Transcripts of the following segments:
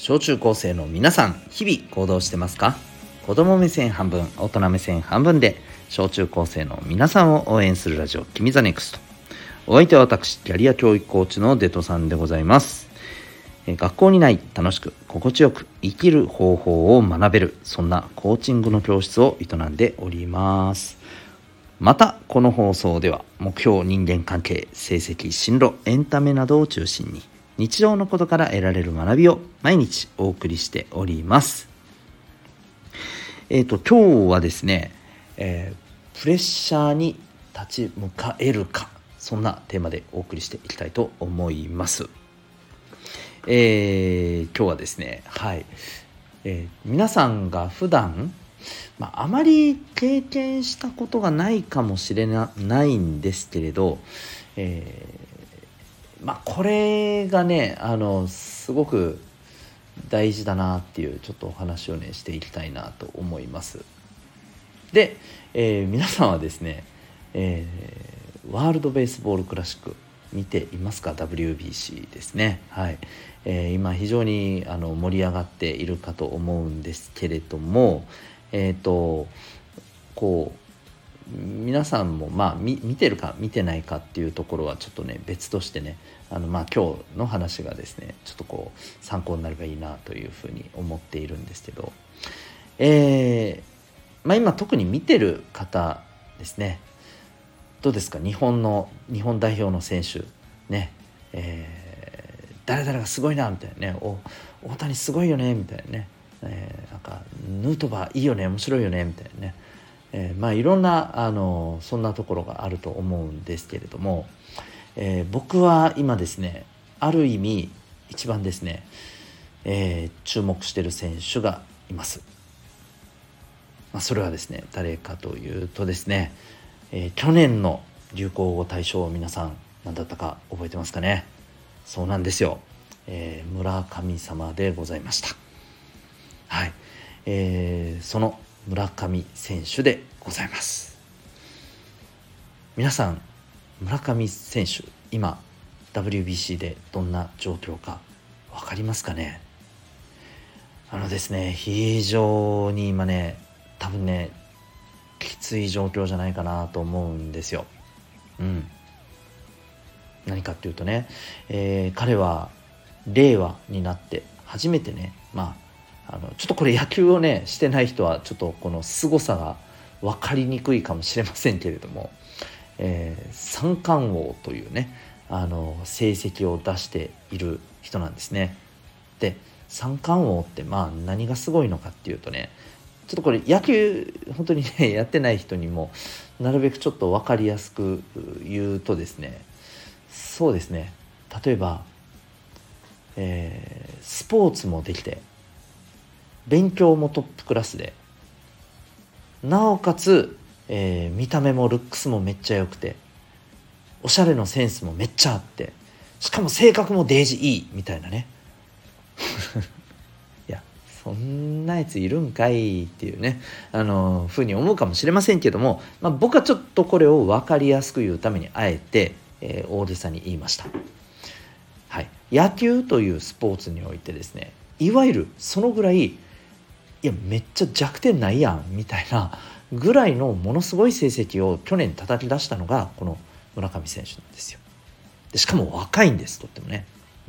小中高生の皆さん、日々行動してますか？子供目線半分、大人目線半分で小中高生の皆さんを応援するラジオ、君ザネクスト。お相手は私、キャリア教育コーチのデトさんでございます。学校にない楽しく心地よく生きる方法を学べる、そんなコーチングの教室を営んでおります。またこの放送では目標、人間関係、成績、進路、エンタメなどを中心に日常のことから得られる学びを毎日お送りしております。今日はですね、プレッシャーに立ち向かえるか、そんなテーマでお送りしていきたいと思います。今日はですね、皆さんが普段、あまり経験したことがないかもしれないんですけれど、これがね、すごく大事だなっていうちょっとお話をねしていきたいなと思います。で、皆さんはですね、ワールドベースボールクラシック見ていますか？ WBC ですね。今非常に盛り上がっているかと思うんですけれども、皆さんも見てるか見てないかっていうところはちょっとね別としてね、今日の話がですねちょっと参考になればいいなというふうに思っているんですけど、今特に見てる方ですね、どうですか？日本代表の選手ね、誰々がすごいなみたいなね、大谷すごいよねみたいなね、なんかヌートバーいいよね、面白いよねみたいなね、いろんなそんなところがあると思うんですけれども、僕は今ですね、ある意味一番ですね、注目している選手がいます。それはですね、誰かというとですね、去年の流行語大賞、皆さん何だったか覚えてますかね？そうなんですよ、村神様でございました。その村上選手でございます。皆さん、村上選手今 WBC でどんな状況か分かりますかね？ですね、非常に今ね、多分ねきつい状況じゃないかなと思うんですよ。何かっていうとね、彼は令和になって初めてね、ちょっとこれ野球をねしてない人はちょっとこの凄さが分かりにくいかもしれませんけれども、三冠王というね成績を出している人なんですね。で、三冠王って何がすごいのかっていうとね、ちょっとこれ野球本当にねやってない人にもなるべくちょっと分かりやすく言うとですね、そうですね、例えば、スポーツもできて勉強もトップクラスで、なおかつ、見た目もルックスもめっちゃ良くて、おしゃれのセンスもめっちゃあって、しかも性格もデージいいみたいなねいや、そんなやついるんかいっていうねふうに思うかもしれませんけども、僕はちょっとこれを分かりやすく言うためにあえて、大げさに言いました。野球というスポーツにおいてですね、いわゆるそのぐらい、いやめっちゃ弱点ないやんみたいなぐらいのものすごい成績を去年叩き出したのがこの村上選手なんですよ。でしかも若いんです、とってもね。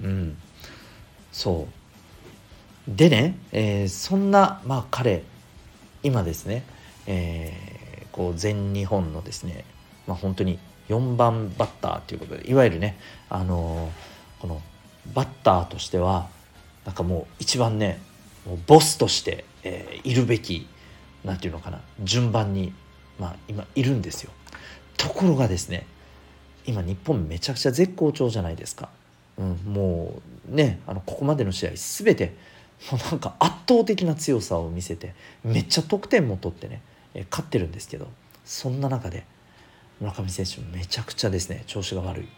そうでね、そんな彼今ですね、全日本のですね、本当に4番バッターということで、いわゆるねこのバッターとしてはなんかもう一番ね、もうボスとして、いるべきなんていうのかな、順番に、今いるんですよ。ところがですね、今日本めちゃくちゃ絶好調じゃないですか。もうね、ここまでの試合全てもうなんか圧倒的な強さを見せて、めっちゃ得点も取ってね、勝ってるんですけど、そんな中で村上選手めちゃくちゃですね調子が悪い。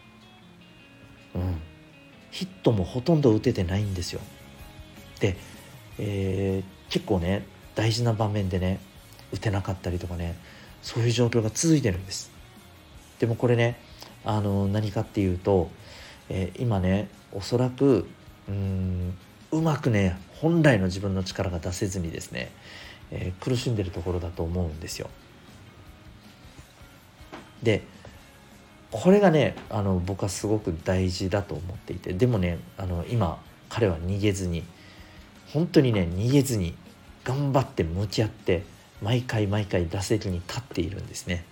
ヒットもほとんど打ててないんですよ。で、結構ね大事な場面でね打てなかったりとかね、そういう状況が続いてるんです。でもこれね何かっていうと、今ねおそらくうまくね本来の自分の力が出せずにですね、苦しんでるところだと思うんですよ。でこれがね僕はすごく大事だと思っていて、でもね今彼は逃げずに、本当にね逃げずに頑張って向き合って毎回打席に立っているんですね。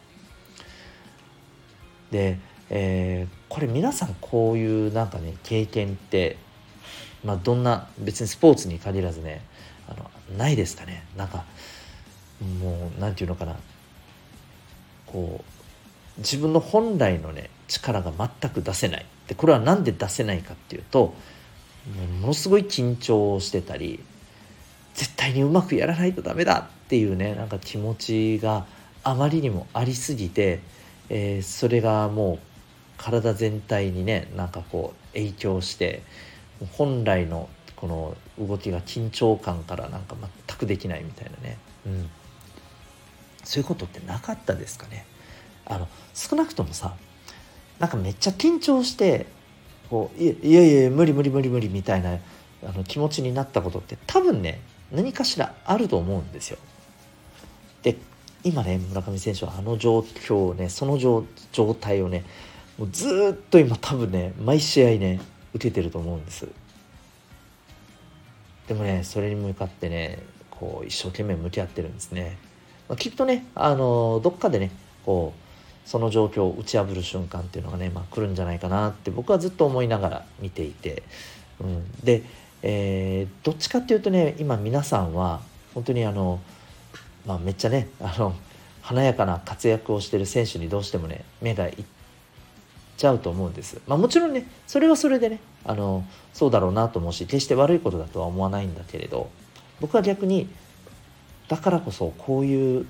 で、これ皆さんこういうなんかね経験って、どんな別にスポーツに限らずねないですかね。なんかもうなんていうのかな、こう自分の本来のね力が全く出せない。でこれはなんで出せないかっていうと、ものすごい緊張してたり、絶対にうまくやらないとダメだっていうねなんか気持ちがあまりにもありすぎて、それがもう体全体にねなんかこう影響して、本来のこの動きが緊張感からなんか全くできないみたいなね、そういうことってなかったですかね。少なくともさ、なんかめっちゃ緊張してこういや無理みたいな気持ちになったことって多分ね何かしらあると思うんですよ。で今ね村上選手は状況をね、その状態をねもうずっと今多分ね毎試合ね受けてると思うんです。でもねそれに向かってねこう一生懸命向き合ってるんですね。きっとねどっかでねこうその状況を打ち破る瞬間っていうのがね、来るんじゃないかなって僕はずっと思いながら見ていて、で、どっちかっていうとね今皆さんは本当にめっちゃね華やかな活躍をしてる選手にどうしてもね目がいっちゃうと思うんです。もちろんねそれはそれでねそうだろうなと思うし、決して悪いことだとは思わないんだけれど、僕は逆にだからこそこういう、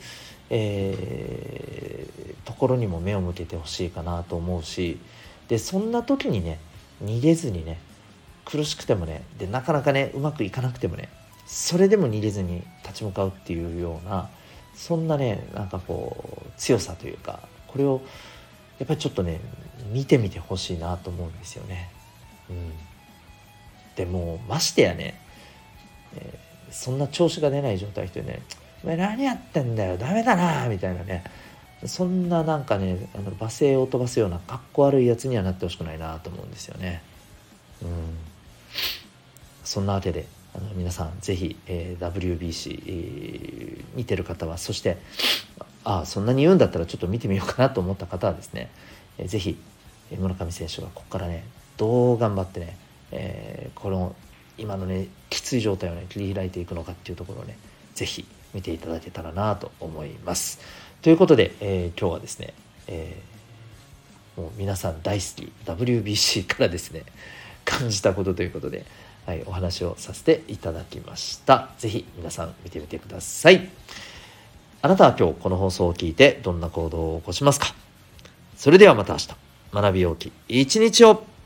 ところにも目を向けてほしいかなと思うし、でそんな時にね逃げずにね、苦しくてもね、でなかなかねうまくいかなくてもね、それでも逃げずに立ち向かうっていうような、そんなねなんかこう強さというか、これをやっぱりちょっとね見てみてほしいなと思うんですよね。でもましてやね、そんな調子が出ない状態でね、お前何やってんだよダメだなみたいなね、そんななんかね罵声を飛ばすようなかっこ悪いやつにはなってほしくないなと思うんですよね。そんなわけで皆さんぜひ、WBC、見てる方は、そしてそんなに言うんだったらちょっと見てみようかなと思った方はですね、ぜひ村上選手がここからねどう頑張ってね、この今のねきつい状態をね切り開いていくのかっていうところをねぜひ見ていただけたらなと思います。ということで、今日はですね、もう皆さん大好き WBC からですね感じたことということで、お話をさせていただきました。ぜひ皆さん見てみてください。あなたは今日この放送を聞いてどんな行動を起こしますか？それではまた明日、学びようき一日を。